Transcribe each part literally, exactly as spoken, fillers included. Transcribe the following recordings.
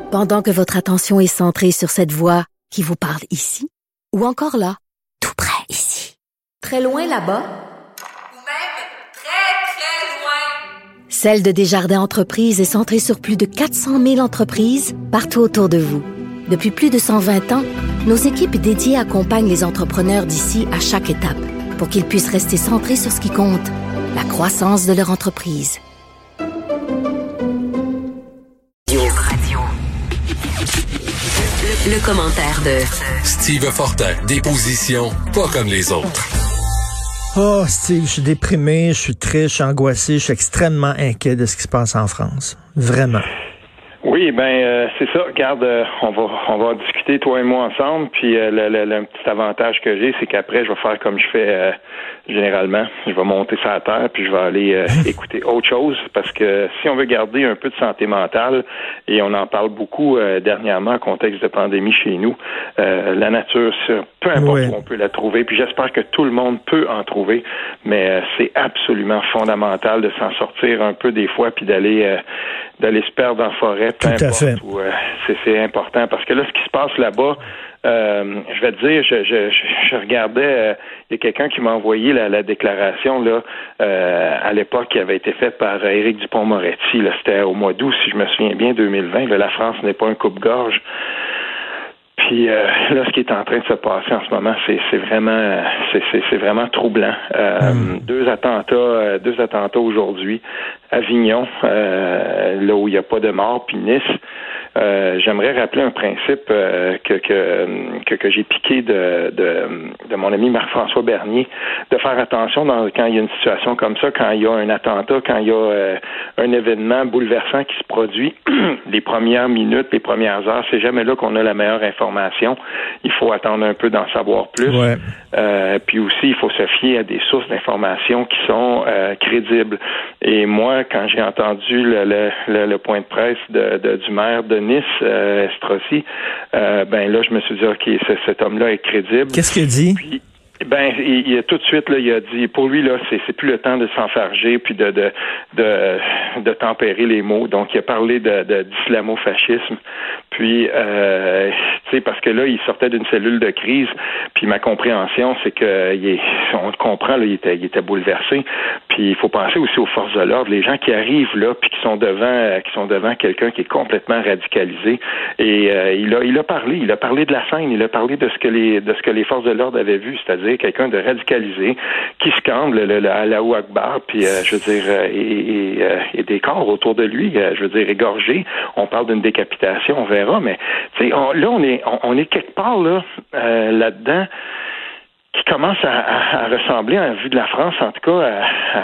Pendant que votre attention est centrée sur cette voix qui vous parle ici, ou encore là, tout près ici, très loin là-bas, ou même très, très loin. Celle de Desjardins Entreprises est centrée sur plus de quatre cent mille entreprises partout autour de vous. Depuis plus de cent vingt ans, nos équipes dédiées accompagnent les entrepreneurs d'ici à chaque étape pour qu'ils puissent rester centrés sur ce qui compte, la croissance de leur entreprise. Le commentaire de Steve Fortin, des positions pas comme les autres. Oh, Steve, je suis déprimé, je suis triste, je suis angoissé, je suis extrêmement inquiet de ce qui se passe en France. Vraiment. Oui, ben euh, c'est ça. Regarde, euh, on va on va discuter toi et moi ensemble. Puis euh, le, le, le petit avantage que j'ai, c'est qu'après je vais faire comme je fais euh, généralement. Je vais monter sur la terre, puis je vais aller euh, écouter autre chose, parce que si on veut garder un peu de santé mentale, et on en parle beaucoup euh, dernièrement en contexte de pandémie chez nous, euh, la nature, peu importe oui. où on peut la trouver. Puis j'espère que tout le monde peut en trouver, mais euh, c'est absolument fondamental de s'en sortir un peu des fois, puis d'aller euh, d'aller se perdre en forêt. Tout à fait. Où, euh, c'est, c'est important, parce que là, ce qui se passe là-bas, euh, je vais te dire, je, je, je, je regardais, euh, il y a quelqu'un qui m'a envoyé la, la déclaration là euh, à l'époque qui avait été faite par euh, Éric Dupond-Moretti. Là, c'était au mois d'août, si je me souviens bien, deux mille vingt. Là, la France n'est pas un coupe-gorge. Puis euh, là, ce qui est en train de se passer en ce moment, c'est, c'est vraiment, c'est, c'est, c'est vraiment troublant. Euh, mm. Deux attentats, euh, deux attentats aujourd'hui. Avignon, euh, là où il n'y a pas de mort, puis Nice. Euh, j'aimerais rappeler un principe euh, que, que que que j'ai piqué de, de de mon ami Marc-François Bernier, de faire attention dans, quand il y a une situation comme ça, quand il y a un attentat, quand il y a euh, un événement bouleversant qui se produit, les premières minutes, les premières heures, c'est jamais là qu'on a la meilleure information. Il faut attendre un peu d'en savoir plus. Ouais. Euh, puis aussi, il faut se fier à des sources d'informations qui sont euh, crédibles. Et moi, quand j'ai entendu le, le, le, le point de presse de, de, du maire de Nice, euh, Estrosi, euh, ben là, je me suis dit, OK, ce, cet homme-là est crédible. Qu'est-ce qu'il dit? Puis, ben, il, il a tout de suite là, il a dit, pour lui là, c'est, c'est plus le temps de s'enfarger puis de de de, de tempérer les mots. Donc, il a parlé de, de d'islamo-fascisme. Puis, euh, tu sais, parce que là, il sortait d'une cellule de crise. Puis, ma compréhension, c'est que il est, on le comprend, là, il était, il était bouleversé. Puis, il faut penser aussi aux forces de l'ordre, les gens qui arrivent là, puis qui sont devant, euh, qui sont devant quelqu'un qui est complètement radicalisé. Et euh, il a, il a parlé, il a parlé de la scène, il a parlé de ce que les, de ce que les forces de l'ordre avaient vu, c'est-à-dire quelqu'un de radicalisé qui scande le, le, le Allahu Akbar, puis euh, je veux dire, euh, et, et, euh, et des corps autour de lui, euh, je veux dire, égorgés. On parle d'une décapitation, on verra, mais tu sais, là, on est, on, on est quelque part là, euh, là-dedans, qui commence à, à, à ressembler, en vue de la France, en tout cas, à,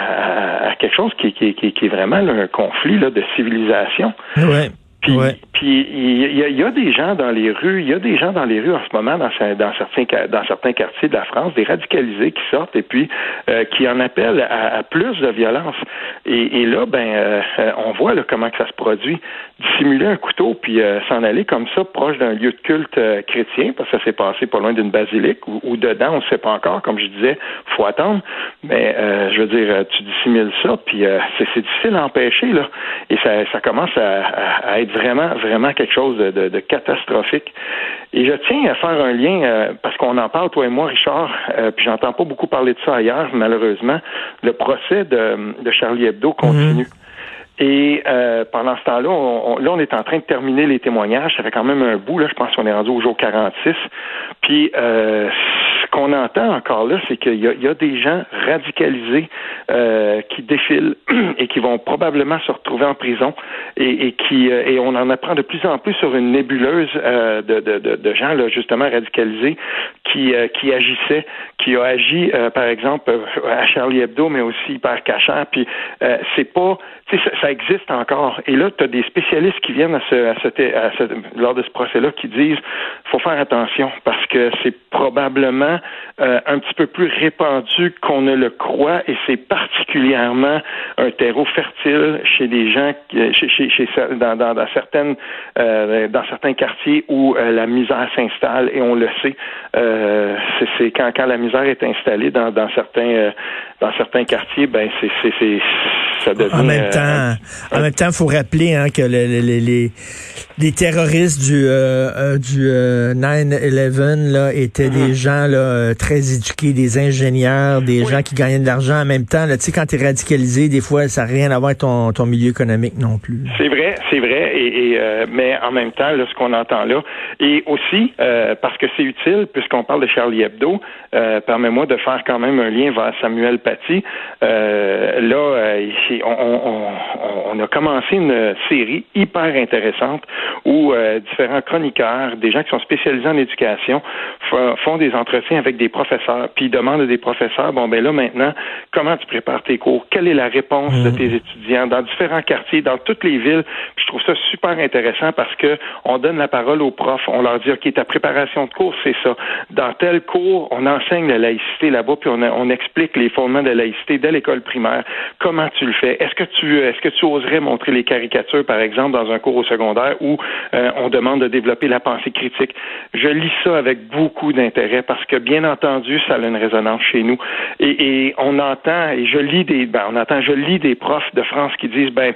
à, à quelque chose qui, qui, qui, qui est vraiment là, un conflit là, de civilisation. Ouais. Puis, ouais. puis il y a, y a des gens dans les rues, il y a des gens dans les rues en ce moment dans, dans certains dans certains quartiers de la France, des radicalisés qui sortent et puis euh, qui en appellent à, à plus de violence. Et, et là, ben, euh, on voit là, comment que ça se produit. Dissimuler un couteau puis euh, s'en aller comme ça proche d'un lieu de culte euh, chrétien, parce que ça s'est passé pas loin d'une basilique ou, ou dedans, on ne sait pas encore. Comme je disais, faut attendre. Mais euh, je veux dire, tu dissimules ça, puis euh, c'est, c'est difficile à empêcher là. Et ça, ça commence à, à, à être vraiment, vraiment quelque chose de, de, de catastrophique. Et je tiens à faire un lien, euh, parce qu'on en parle, toi et moi, Richard, euh, puis j'entends pas beaucoup parler de ça ailleurs, malheureusement. Le procès de, de Charlie Hebdo continue. Mmh. Et euh, pendant ce temps-là, on, on, là, on est en train de terminer les témoignages. Ça fait quand même un bout, là, je pense qu'on est rendu au jour quarante-six. Puis, euh, ce qu'on entend encore là, c'est qu'il y a, il y a des gens radicalisés euh, qui défilent et qui vont probablement se retrouver en prison et, et qui euh, et on en apprend de plus en plus sur une nébuleuse euh, de, de, de, de gens là justement radicalisés qui euh, qui agissaient, qui a agi euh, par exemple à Charlie Hebdo, mais aussi par Cachant. Puis euh, c'est pas, tu sais, ça, ça existe encore. Et là, tu as des spécialistes qui viennent à ce, à ce, à ce lors de ce procès-là qui disent faut faire attention parce que c'est probablement euh, un petit peu plus répandu qu'on ne le croit, et c'est particulièrement un terreau fertile chez des gens, chez, chez, chez dans, dans, dans certaines, euh, dans certains quartiers où euh, la misère s'installe, et on le sait. Euh, c'est, c'est quand, quand la misère est installée dans, dans certains, euh, dans certains quartiers, ben c'est, c'est, c'est ça devient. En même temps, euh, en même temps, faut rappeler hein, que le, le, les, les les terroristes du euh, euh, du euh, nine eleven là étaient mm-hmm. des gens là très éduqués, des ingénieurs, des oui. gens qui gagnaient de l'argent en même temps. Tu sais, quand t'es radicalisé, des fois, ça n'a rien à voir avec ton ton milieu économique non plus. C'est vrai, c'est vrai, et, et euh, mais en même temps, là, ce qu'on entend là, et aussi euh, parce que c'est utile, puisqu'on parle de Charlie Hebdo, euh, permets-moi de faire quand même un lien vers Samuel Paty. Euh, là, euh, ici, on, on, on, on a commencé une série hyper intéressante où euh, différents chroniqueurs, des gens qui sont spécialisés en éducation, f- font des entretiens avec des professeurs, puis ils demandent à des professeurs, bon ben là maintenant, comment tu prépares tes cours? Quelle est la réponse mmh. de tes étudiants dans différents quartiers, dans toutes les villes? Puis je trouve ça super intéressant parce que on donne la parole aux profs, on leur dit, OK, ta préparation de cours, c'est ça. Dans tel cours, on enseigne la laïcité là-bas, puis on, a, on explique les fondements de la laïcité dès l'école primaire. Comment tu le fais? Est-ce que tu est-ce que tu oserais montrer les caricatures, par exemple, dans un cours au secondaire où euh, on demande de développer la pensée critique? Je lis ça avec beaucoup d'intérêt parce que, bien entendu, ça a une résonance chez nous. Et, et on entend, et je lis des, ben, on entend, je lis des profs de France qui disent, ben,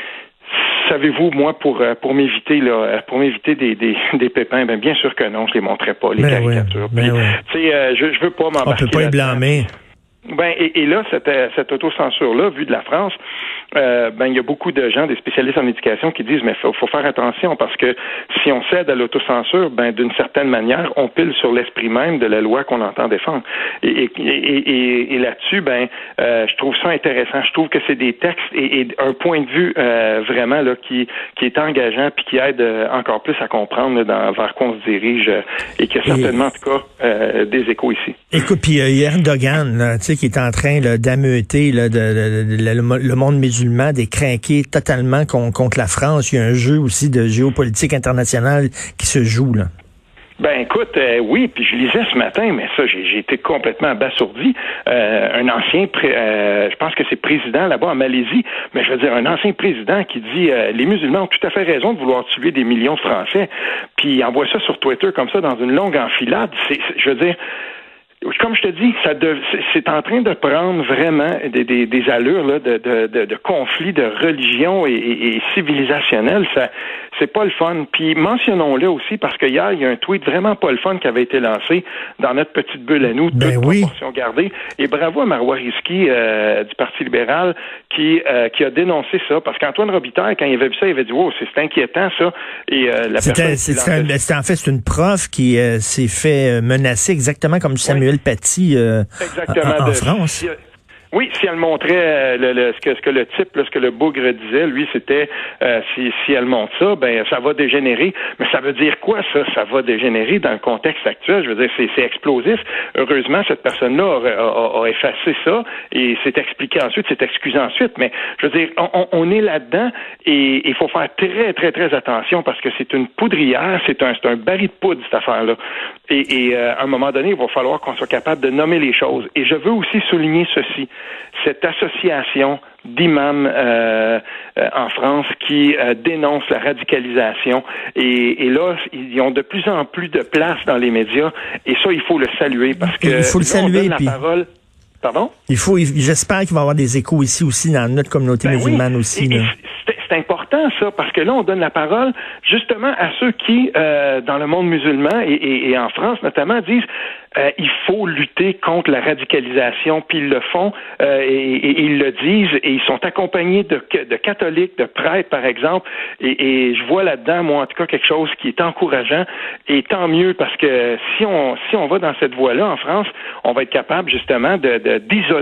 savez-vous, moi, pour pour m'éviter là, pour m'éviter des, des, des pépins, ben bien sûr que non, je les montrais pas, les ben caricatures. Oui, ben oui. Tu sais, euh, je, je veux pas m'embarquer. On peut pas y blâmer. Ben et, et là, cette, cette autocensure-là, vue de la France, euh, ben il y a beaucoup de gens, des spécialistes en éducation, qui disent mais faut, faut faire attention parce que si on cède à l'autocensure, ben d'une certaine manière, on pile sur l'esprit même de la loi qu'on entend défendre. Et, et, et, et, et là-dessus, ben euh, je trouve ça intéressant. Je trouve que c'est des textes et, et un point de vue euh, vraiment là qui qui est engageant puis qui aide euh, encore plus à comprendre là, dans, vers quoi on se dirige euh, et qui a certainement et... en tout cas euh, des échos ici. Écoute, puis il y a Erdogan, là, tu sais, qui est en train là, d'ameuter là, de, de, de, de, le, le monde musulman, d'écrinquer totalement con, contre la France. Il y a un jeu aussi de géopolitique internationale qui se joue, là. Ben écoute, euh, oui, puis je lisais ce matin, mais ça, j'ai, j'ai été complètement abasourdi. Euh, un ancien, pré- euh, je pense que c'est président là-bas en Malaisie, mais je veux dire, un ancien président qui dit euh, les musulmans ont tout à fait raison de vouloir tuer des millions de Français, puis il envoie ça sur Twitter comme ça dans une longue enfilade. C'est, c'est, je veux dire, comme je te dis, ça dev, c'est en train de prendre vraiment des, des, des allures là, de, de, de, de conflits de religion et, et, et civilisationnels. Ça, c'est pas le fun. Puis mentionnons-le aussi parce que hier, il y a un tweet vraiment pas le fun qui avait été lancé dans notre petite bulle à nous, ben toute oui. proportion gardée. Et bravo à Marois Risky euh, du Parti libéral qui euh, qui a dénoncé ça. Parce qu'Antoine Robitaille, quand il avait vu ça, il avait dit « Oh, c'est inquiétant ça ». Et euh, la c'était, personne c'était, un, c'était en fait c'est une prof qui euh, s'est fait menacer exactement comme Samuel oui. Paty euh, Exactement, en, en de, France. Si, oui, si elle montrait le, le, ce, que, ce que le type, là, ce que le bougre disait, lui, c'était euh, si, si elle montre ça, ben ça va dégénérer. Mais ça veut dire quoi, ça? Ça va dégénérer dans le contexte actuel. Je veux dire, c'est, c'est explosif. Heureusement, cette personne-là a, a, a effacé ça et s'est expliqué ensuite, s'est excusé ensuite. Mais je veux dire, on, on est là-dedans et il faut faire très, très, très attention parce que c'est une poudrière, c'est un, c'est un baril de poudre, cette affaire-là. Et, et euh, à un moment donné, il va falloir qu'on soit capable de nommer les choses. Et je veux aussi souligner ceci. Cette association d'imams euh, euh, en France qui euh, dénoncent la radicalisation et, et là, ils ont de plus en plus de place dans les médias et ça, il faut le saluer parce que il faut le là, saluer, on donne puis... la parole. Pardon? Il faut, j'espère qu'il va y avoir des échos ici aussi dans notre communauté ben musulmane oui. aussi. Et, là. Et c'est, c'est important ça parce que là on donne la parole justement à ceux qui euh, dans le monde musulman et, et, et en France notamment disent euh, il faut lutter contre la radicalisation puis ils le font euh, et, et, et ils le disent et ils sont accompagnés de, de catholiques, de prêtres par exemple et, et je vois là-dedans moi en tout cas quelque chose qui est encourageant et tant mieux parce que si on si on va dans cette voie-là en France on va être capable justement de, de d'isoler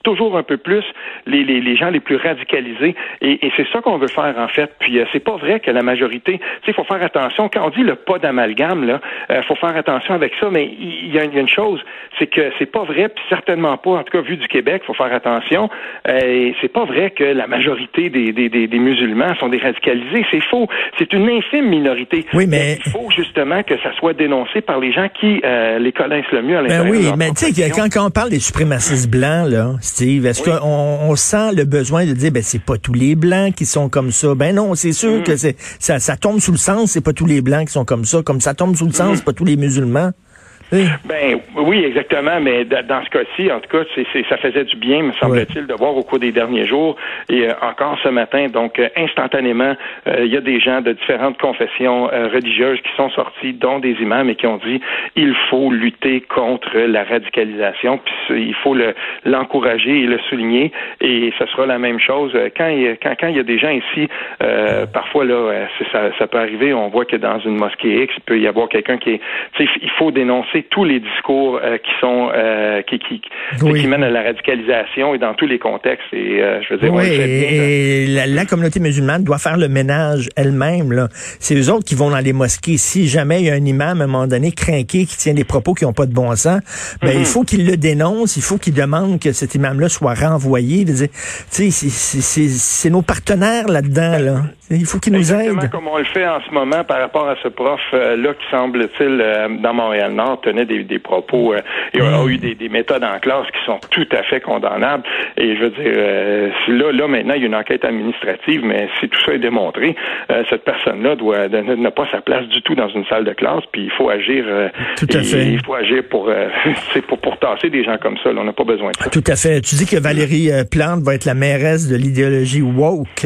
toujours un peu plus les, les, les gens les plus radicalisés. Et, et c'est ça qu'on veut faire, en fait. Puis euh, c'est pas vrai que la majorité... Tu sais, il faut faire attention. Quand on dit le pas d'amalgame, là, il euh, faut faire attention avec ça. Mais il y, y, y a une chose, c'est que c'est pas vrai, puis certainement pas, en tout cas, vu du Québec, il faut faire attention. Euh, c'est pas vrai que la majorité des, des, des, des musulmans sont des radicalisés. C'est faux. C'est une infime minorité. Oui, mais... Il faut justement que ça soit dénoncé par les gens qui euh, les connaissent le mieux à l'intérieur. Ben oui, de leur mais tu sais, quand, quand on parle des suprémacistes blancs, là, Steve, est-ce oui. qu'on on sent le besoin de dire, ben c'est pas tous les blancs qui sont comme ça? Ben non, c'est sûr mm. que c'est ça, ça tombe sous le sens, c'est pas tous les blancs qui sont comme ça. Comme ça tombe sous le sens, mm. c'est pas tous les musulmans. Oui. Ben oui, exactement, mais d- dans ce cas-ci, en tout cas, c'est, c'est, ça faisait du bien, me semble-t-il, oui. de voir au cours des derniers jours et euh, encore ce matin. Donc, euh, instantanément, il euh, y a des gens de différentes confessions euh, religieuses qui sont sortis, dont des imams, et qui ont dit il faut lutter contre la radicalisation, puis il faut le, l'encourager et le souligner. Et ce sera la même chose quand il quand, quand il y a des gens ici. Euh, parfois là, c'est, ça, ça peut arriver. On voit que dans une mosquée X, il peut y avoir quelqu'un qui est, tu sais, il faut dénoncer tous les discours euh, qui sont euh, qui qui, oui. qui mènent à la radicalisation et dans tous les contextes. Et euh, je veux dire, oui, on le fait bien, et la, la communauté musulmane doit faire le ménage elle-même. Là, c'est eux autres qui vont dans les mosquées. Si jamais il y a un imam à un moment donné crinqué qui tient des propos qui n'ont pas de bon sens, ben mm-hmm. il faut qu'il le dénonce. Il faut qu'il demande que cet imam-là soit renvoyé. Tu sais, c'est, c'est, c'est, c'est nos partenaires là-dedans. Là. Il faut qu'ils nous Exactement aident. Comme on le fait en ce moment par rapport à ce prof euh, là qui semble-t-il euh, dans Montréal-Nord tenait des, des propos euh, et mmh. a eu des, des méthodes en classe qui sont tout à fait condamnables. Et je veux dire, euh, là, là maintenant, il y a une enquête administrative, mais si tout ça est démontré, euh, cette personne-là doit n'a pas sa place du tout dans une salle de classe. Puis il faut agir. Euh, tout à et, fait. Il faut agir pour, euh, c'est pour pour tasser des gens comme ça. Là, on n'a pas besoin de ça. Tout à fait. Tu dis que Valérie Plante va être la mairesse de l'idéologie woke.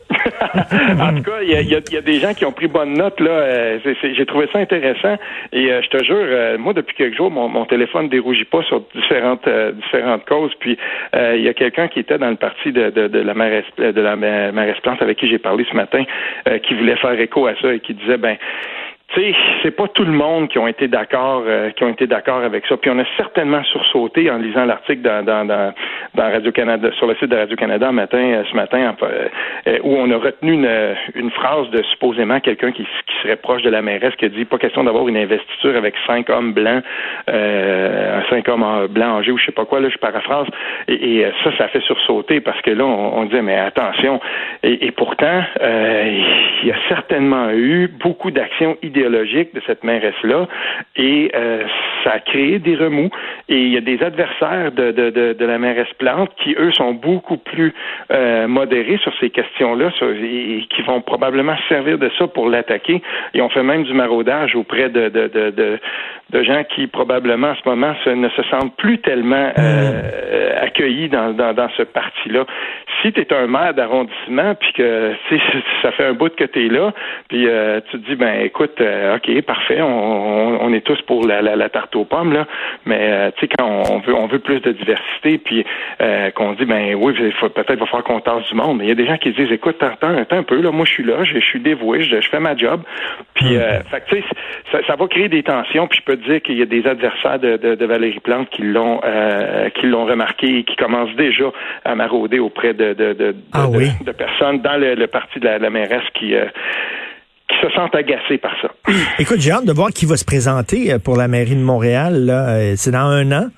En tout cas, il y a, y, a, y a des gens qui ont pris bonne note là. Euh, c'est, c'est, j'ai trouvé ça intéressant et euh, je te jure, euh, moi depuis quelques jours, mon, mon téléphone ne dérougit pas sur différentes euh, différentes causes. Puis il euh, y a quelqu'un qui était dans le parti de, de, de la mairesse de la mairesse Plante avec qui j'ai parlé ce matin, euh, qui voulait faire écho à ça et qui disait ben. Tu sais, c'est pas tout le monde qui ont été d'accord, euh, qui ont été d'accord avec ça. Puis on a certainement sursauté en lisant l'article dans, dans, dans, dans Radio-Canada, sur le site de Radio-Canada matin, euh, ce matin, euh, où on a retenu une, une phrase de supposément quelqu'un qui, qui serait proche de la mairesse qui a dit pas question d'avoir une investiture avec cinq hommes blancs, euh, cinq hommes blancs âgés ou je sais pas quoi, là, je paraphrase. Et, et ça, ça fait sursauter parce que là, on, on disait, mais attention. Et, et pourtant, euh, il y a certainement eu beaucoup d'actions idéologiques de cette mairesse-là et euh, ça a créé des remous et il y a des adversaires de, de, de, de la mairesse Plante qui, eux, sont beaucoup plus euh, modérés sur ces questions-là sur, et, et qui vont probablement se servir de ça pour l'attaquer et on fait même du maraudage auprès de, de, de, de, de gens qui, probablement, en ce moment, se, ne se sentent plus tellement euh, accueillis dans, dans, dans ce parti-là. Si tu es un maire d'arrondissement puis que ça fait un bout que tu es là puis euh, tu te dis, ben écoute, Euh, OK, parfait, on, on, on est tous pour la, la, la tarte aux pommes, là, mais euh, tu sais, quand on veut on veut plus de diversité, puis euh, qu'on dit, ben oui, il faut, peut-être il va falloir qu'on tasse du monde, mais il y a des gens qui disent, écoute, attends, attends un peu, là, moi je suis là, je, je suis dévoué, je, je fais ma job, puis euh, fait que tu sais, ça, ça va créer des tensions, puis je peux te dire qu'il y a des adversaires de, de, de Valérie Plante qui l'ont euh, qui l'ont remarqué et qui commencent déjà à marauder auprès de, de, de, ah, de, oui. de, de personnes dans le, le parti de la, de la mairesse qui... Euh, qui se sentent agacés par ça. Écoute, j'ai hâte de voir qui va se présenter pour la mairie de Montréal. Là. C'est dans un an.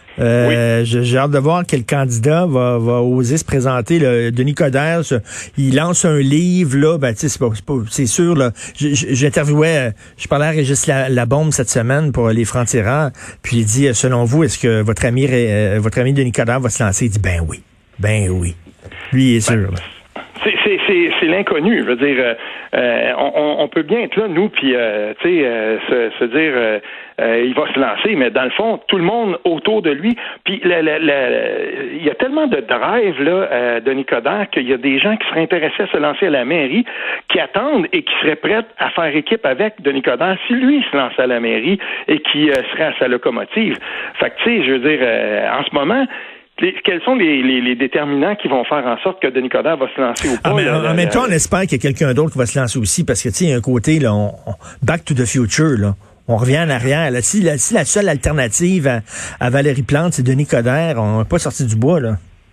Euh, oui. J'ai hâte de voir quel candidat va, va oser se présenter. Là. Denis Coderre, il lance un livre, là, ben, c'est, pas, c'est, pas, c'est sûr. Là. J'interviewais, je parlais à Régis Labombe cette semaine pour les francs-tireurs, puis il dit, selon vous, est-ce que votre ami, euh, votre ami Denis Coderre va se lancer? Il dit, ben oui, ben oui. Lui, il est sûr. Ben. Là. C'est, c'est, c'est, c'est l'inconnu. Je veux dire, euh, euh, on, on peut bien être là, nous, puis, euh, tu sais, euh, se, se dire, euh, euh, il va se lancer, mais dans le fond, tout le monde autour de lui, puis il y a tellement de drive, là, euh, Denis Coderre, qu'il y a des gens qui seraient intéressés à se lancer à la mairie, qui attendent et qui seraient prêts à faire équipe avec Denis Coderre si lui se lance à la mairie et qui euh, serait à sa locomotive. Fait que, tu sais, je veux dire, euh, en ce moment, Les, quels sont les, les, les déterminants qui vont faire en sorte que Denis Coderre va se lancer ou pas? Ah, mais, là, en, là, en même temps, là, on espère qu'il y a quelqu'un d'autre qui va se lancer aussi, parce que, tu sais, il y a un côté, là, on, on, back to the future, là. On revient en arrière. Si la, si la seule alternative à, à Valérie Plante, c'est Denis Coderre, on n'est pas sorti du bois, là.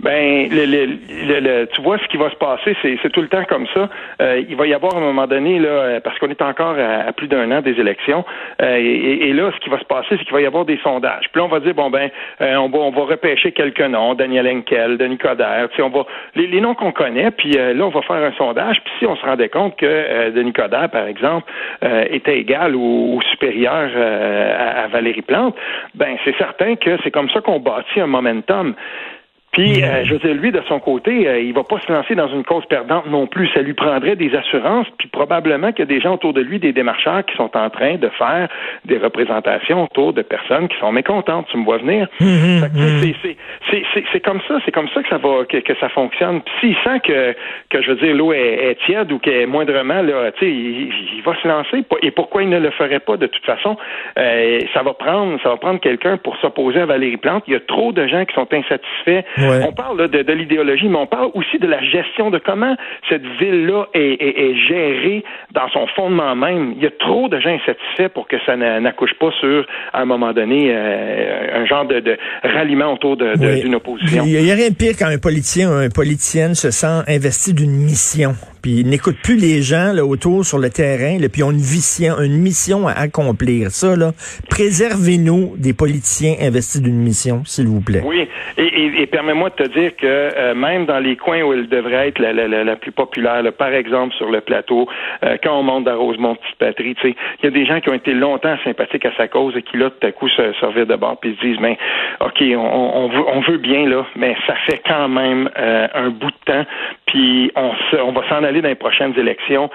Ben, le, le, le, le, tu vois, ce qui va se passer, c'est, c'est tout le temps comme ça. Euh, il va y avoir à un moment donné, là, parce qu'on est encore à, à plus d'un an des élections, euh, et, et là, ce qui va se passer, c'est qu'il va y avoir des sondages. Puis là, on va dire, bon, ben, euh, on va on va repêcher quelques noms, Daniel Henkel, Denis Coderre, tu sais, on va les, les noms qu'on connaît, puis euh, là, on va faire un sondage. Puis si on se rendait compte que euh, Denis Coderre, par exemple, euh, était égal ou, ou supérieur euh, à, à Valérie Plante, ben, c'est certain que c'est comme ça qu'on bâtit un momentum. Puis, euh, je veux dire, lui, de son côté, euh, il va pas se lancer dans une cause perdante non plus. Ça lui prendrait des assurances, puis probablement qu'il y a des gens autour de lui, des démarcheurs, qui sont en train de faire des représentations autour de personnes qui sont mécontentes. Tu me vois venir? Mmh, fait que, mmh. c'est, c'est, c'est, c'est, c'est comme ça, c'est comme ça que ça va, que, que ça fonctionne. Puis s'il sent que, que je veux dire, l'eau est, est tiède ou qu'elle est moindrement, là, tu sais, il, il va se lancer. Et pourquoi il ne le ferait pas de toute façon? Euh, ça va prendre, ça va prendre quelqu'un pour s'opposer à Valérie Plante. Il y a trop de gens qui sont insatisfaits. Ouais. On parle là, de, de l'idéologie, mais on parle aussi de la gestion, de comment cette ville-là est, est, est gérée dans son fondement même. Il y a trop de gens insatisfaits pour que ça n'accouche pas sur, à un moment donné, euh, un genre de, de ralliement autour de, de, oui. d'une opposition. Il n'y a rien de pire quand un politicien ou une politicienne se sent investi d'une mission. Puis il n'écoute plus les gens là, autour sur le terrain, là, puis ils ont une vision, une mission à accomplir. Ça, là, préservez-nous des politiciens investis d'une mission, s'il vous plaît. Oui, et, et, et permets-moi de te dire que euh, même dans les coins où elle devrait être la, la, la, la plus populaire, là, par exemple sur le plateau, euh, quand on monte dans Rosemont-Petite-Patrie, tu sais, il y a des gens qui ont été longtemps sympathiques à sa cause et qui là, tout à coup, se, se revirent de bord puis se disent, ben, ok, on, on, veut, on veut bien là, mais ça fait quand même euh, un bout de temps, puis on, se, on va s'en aller dans les prochaines élections.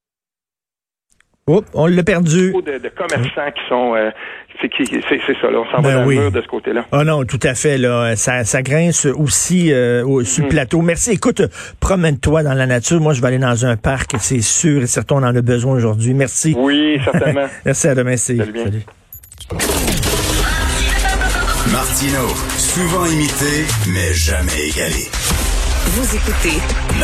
Oups, on l'a perdu. De, de commerçants qui sont, euh, c'est, qui, c'est, c'est ça, là, on s'en ben va dans oui. le mur de ce côté-là. Ah non, tout à fait, là, ça, ça grince aussi euh, au, sur le plateau. Merci. Écoute, promène-toi dans la nature. Moi, je vais aller dans un parc, c'est sûr et certain, on en a besoin aujourd'hui. Merci. Oui, certainement. Merci, à demain, Steve. Salut. Salut. Martino, souvent imité, mais jamais égalé. Vous écoutez